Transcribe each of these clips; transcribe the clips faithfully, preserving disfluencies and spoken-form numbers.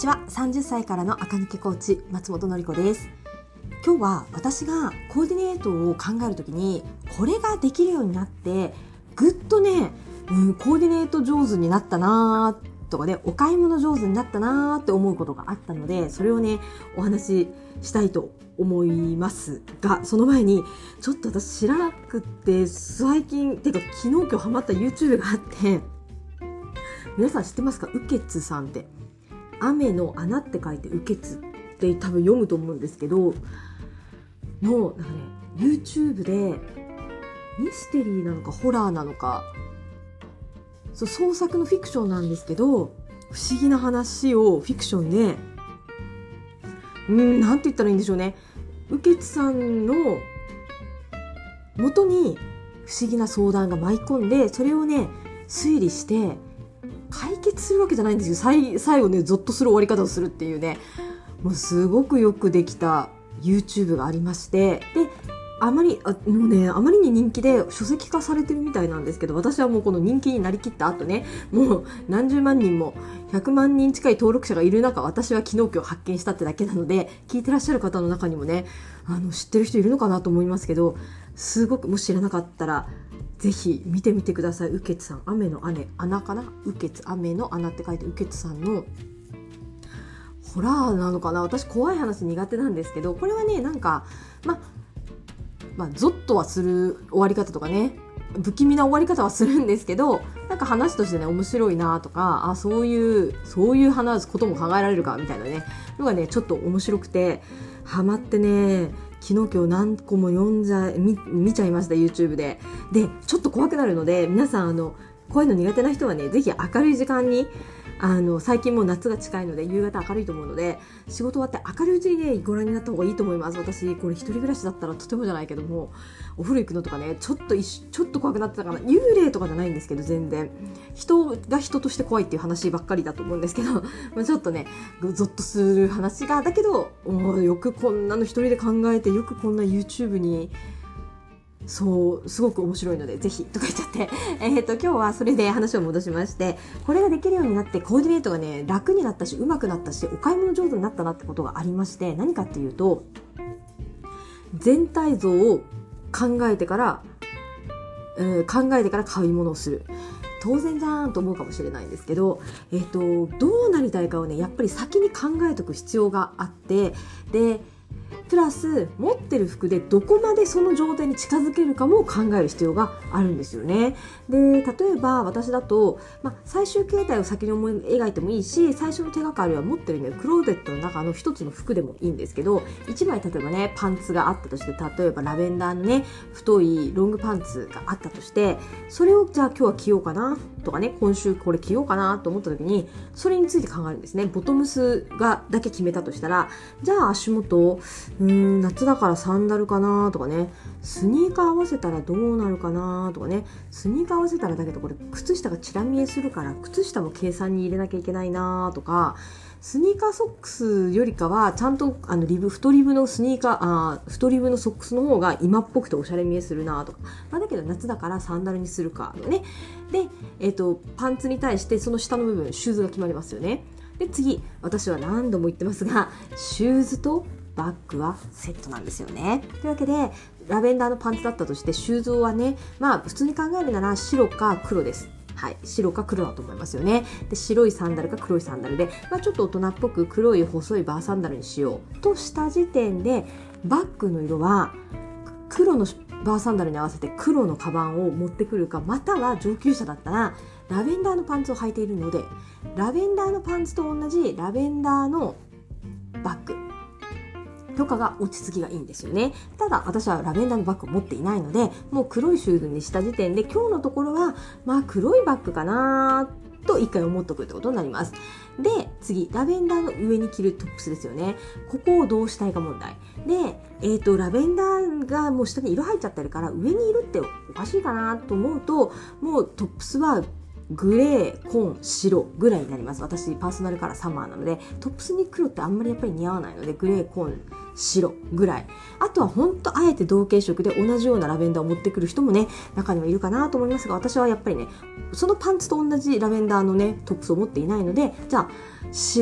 は。さんじゅっさいからの赤抜けコーチ松本のり子です。今日は私がコーディネートを考えるときにこれができるようになってぐっとね、うん、コーディネート上手になったなとかね、お買い物上手になったなって思うことがあったので、それをねお話ししたいと思いますが、その前にちょっと私知らなくって最近てか昨日今日ハマった YouTube があって、皆さん知ってますか？ウケツさんって、雨の穴って書いてウケツって多分読むと思うんですけどの、なんかね YouTube でミステリーなのかホラーなのか、そう創作のフィクションなんですけど、不思議な話をフィクションで、うーんなんて言ったらいいんでしょうね、ウケツさんの元に不思議な相談が舞い込んで、それをね推理して解決するわけじゃないんですよ。最, 最後ねゾッとする終わり方をするっていうね、もうすごくよくできた YouTube がありまして、であまりあもうねあまりに人気で書籍化されてるみたいなんですけど、私はもうこの人気になりきった後ね、もう何十万人もひゃくまんにん近い登録者がいる中、私は昨日今日発見したってだけなので、聞いてらっしゃる方の中にもねあの知ってる人いるのかなと思いますけど、すごくもし知らなかったらぜひ見てみてください。ウケツさん、雨の穴穴かな、ウケツ雨の穴って書いてウケツさんのホラーなのかな、私怖い話苦手なんですけど、これはねなんかままあゾッとはする終わり方とかね、不気味な終わり方はするんですけど、なんか話としてね面白いなとか、あそういうそういう話すことも考えられるかみたいなねのがねちょっと面白くてハマってね、昨日今日何個も読んじゃ 見, 見ちゃいました YouTube で。でちょっと怖くなるので、皆さんあのこういうの苦手な人はねぜひ明るい時間に、あの最近もう夏が近いので夕方明るいと思うので、仕事終わって明るいうちにねご覧になった方がいいと思います。私これ一人暮らしだったらとてもじゃないけども、お風呂行くのとかねちょっとちょっと怖くなってたかな。幽霊とかじゃないんですけど、全然人が人として怖いっていう話ばっかりだと思うんですけどまあちょっとねゾッとする話が、だけどもうよくこんなの一人で考えて、よくこんな YouTube にそうすごく面白いのでぜひとか言っちゃって、えー、と今日はそれで話を戻しまして、これができるようになってコーディネートがね楽になったし上手くなったし、お買い物上手になったなってことがありまして、何かっていうと全体像を考えてから、えー、考えてから買い物をする。当然じゃんと思うかもしれないんですけど、えー、とどうなりたいかをねやっぱり先に考えておく必要があって、でプラス持ってる服でどこまでその状態に近づけるかも考える必要があるんですよね。で例えば私だと、まあ、最終形態を先に思い描いてもいいし、最初の手がかりは持ってるねクローゼットの中の一つの服でもいいんですけど、いちまい例えばねパンツがあったとして、例えばラベンダーのね太いロングパンツがあったとして、それをじゃあ今日は着ようかなとかね、今週これ着ようかなと思った時にそれについて考えるんですね。ボトムスがだけ決めたとしたら、じゃあ足元うーん夏だからサンダルかなとかね、スニーカー合わせたらどうなるかなとかね、スニーカー合わせたらだけどこれ靴下がチラ見えするから靴下も計算に入れなきゃいけないなとか、スニーカーソックスよりかはちゃんとあのリブ太リブのスニーカーあー太リブのソックスの方が今っぽくておしゃれ見えするなとか、まあ、だけど夏だからサンダルにするかね。で、えーと、パンツに対してその下の部分シューズが決まりますよね。で次、私は何度も言ってますがシューズとバッグはセットなんですよね。というわけでラベンダーのパンツだったとして、シューズはねまあ普通に考えるなら白か黒です。はい、白か黒だと思いますよね。で白いサンダルか黒いサンダルで、まあ、ちょっと大人っぽく黒い細いバーサンダルにしようとした時点で、バッグの色は黒のバーサンダルに合わせて黒のカバンを持ってくるか、または上級者だったらラベンダーのパンツを履いているのでラベンダーのパンツと同じラベンダーのバッグとかが落ち着きがいいんですよね。ただ私はラベンダーのバッグを持っていないので、もう黒いシューズにした時点で今日のところはまあ黒いバッグかなと一回思っとくってことになります。で次、ラベンダーの上に着るトップスですよね。ここをどうしたいか問題で、えーと、ラベンダーがもう下に色入っちゃってるから上にいるっておかしいかなと思うと、もうトップスはグレー、紺、白ぐらいになります。私パーソナルカラーサマーなので、トップスに黒ってあんまりやっぱり似合わないので、グレー、紺、白ぐらい。あとは本当あえて同系色で同じようなラベンダーを持ってくる人もね中にはいるかなと思いますが、私はやっぱりねそのパンツと同じラベンダーのねトップスを持っていないので、じゃあ白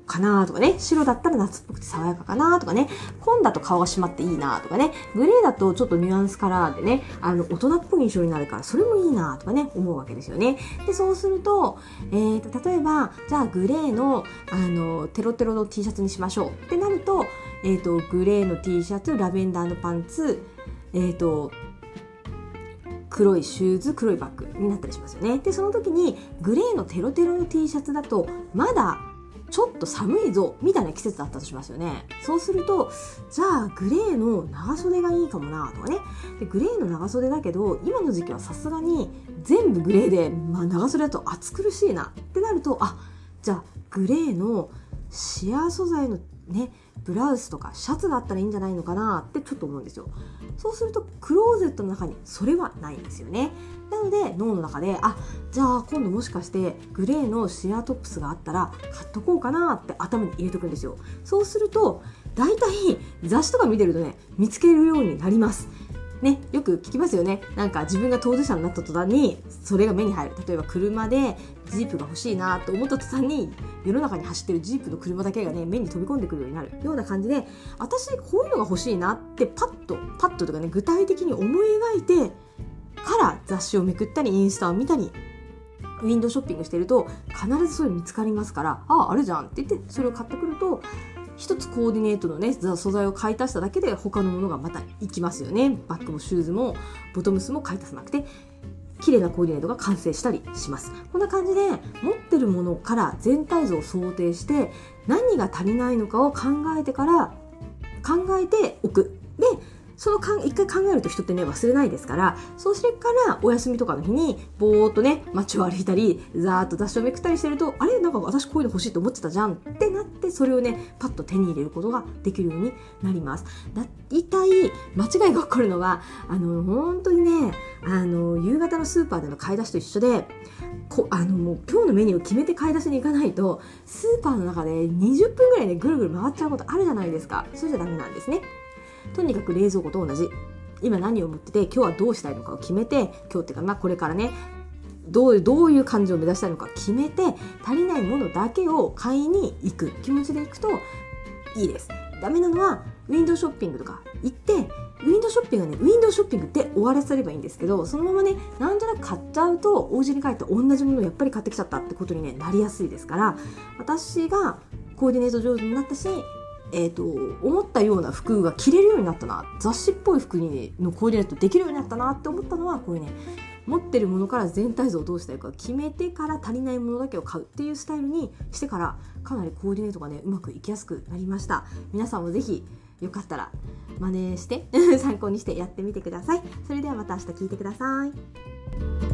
かなとかね、白だったら夏っぽくて爽やかかなとかね、紺だと顔が締まっていいなとかね、グレーだとちょっとニュアンスカラーでね、あの大人っぽい印象になるからそれもいいなとかね、思うわけですよね。でそうすると、えー、と例えばじゃあグレーのあのテロテロの T シャツにしましょうってなると、えー、とグレーの T シャツ、ラベンダーのパンツ、えー、と黒いシューズ、黒いバッグになったりしますよね。でその時にグレーのテロテロの T シャツだとまだちょっと寒いぞみたいな季節だったとしますよね。そうするとじゃあグレーの長袖がいいかもなとかね。でグレーの長袖だけど今の時期はさすがに全部グレーで、まあ、長袖だと暑苦しいなってなると、あじゃあグレーのシアー素材のねブラウスとかシャツがあったらいいんじゃないのかなってちょっと思うんですよ。そうするとクローゼットの中にそれはないんですよね。なので脳の中で、あじゃあ今度もしかしてグレーのシアートップスがあったら買っとこうかなって頭に入れとくんですよ。そうすると大体雑誌とか見てるとね見つけるようになりますね。よく聞きますよね。なんか自分が当事者になった途端にそれが目に入る。例えば車でジープが欲しいなと思った途端に世の中に走ってるジープの車だけがね目に飛び込んでくるようになるような感じで、私こういうのが欲しいなってパッとパッととかね具体的に思い描いてから雑誌をめくったりインスタを見たりウィンドウショッピングしてると必ずそれ見つかりますから、あああるじゃんって言ってそれを買ってくると一つコーディネートのね素材を買い足しただけで他のものがまたいきますよね。バッグもシューズもボトムスも買い足さなくて綺麗なコーディネートが完成したりします。こんな感じで持ってるものから全体像を想定して何が足りないのかを考えてから考えておく。でそのかん一回考えると人ってね忘れないですから、そうしてからお休みとかの日にぼーっとね街を歩いたりざーっと雑誌をめくったりしてると、あれなんか私こういうの欲しいと思ってたじゃんってなって、それをねパッと手に入れることができるようになります。だいたい間違いが起こるのはあの本当にねあの夕方のスーパーでの買い出しと一緒で、こあのもう今日のメニューを決めて買い出しに行かないとスーパーの中でにじゅっぷんぐらいねぐるぐる回っちゃうことあるじゃないですか。それじゃダメなんですね。とにかく冷蔵庫と同じ、今何を持ってて今日はどうしたいのかを決めて、今日っていうかまあこれからねどういうどういう感じを目指したいのか決めて、足りないものだけを買いに行く気持ちで行くといいです。ダメなのはウィンドウショッピングとか行って、ウィンドウショッピングはねウィンドウショッピングで終わらせればいいんですけど、そのままねなんとなく買っちゃうとお家に帰って同じものをやっぱり買ってきちゃったってことに、ね、なりやすいですから、私がコーディネート上手になったし、えーと、思ったような服が着れるようになったな、雑誌っぽい服にのコーディネートできるようになったなって思ったのは、こういうね持ってるものから全体像をどうしたいか決めてから足りないものだけを買うっていうスタイルにしてから、かなりコーディネートがねうまくいきやすくなりました。皆さんもぜひよかったら真似して参考にしてやってみてください。それではまた明日聞いてください。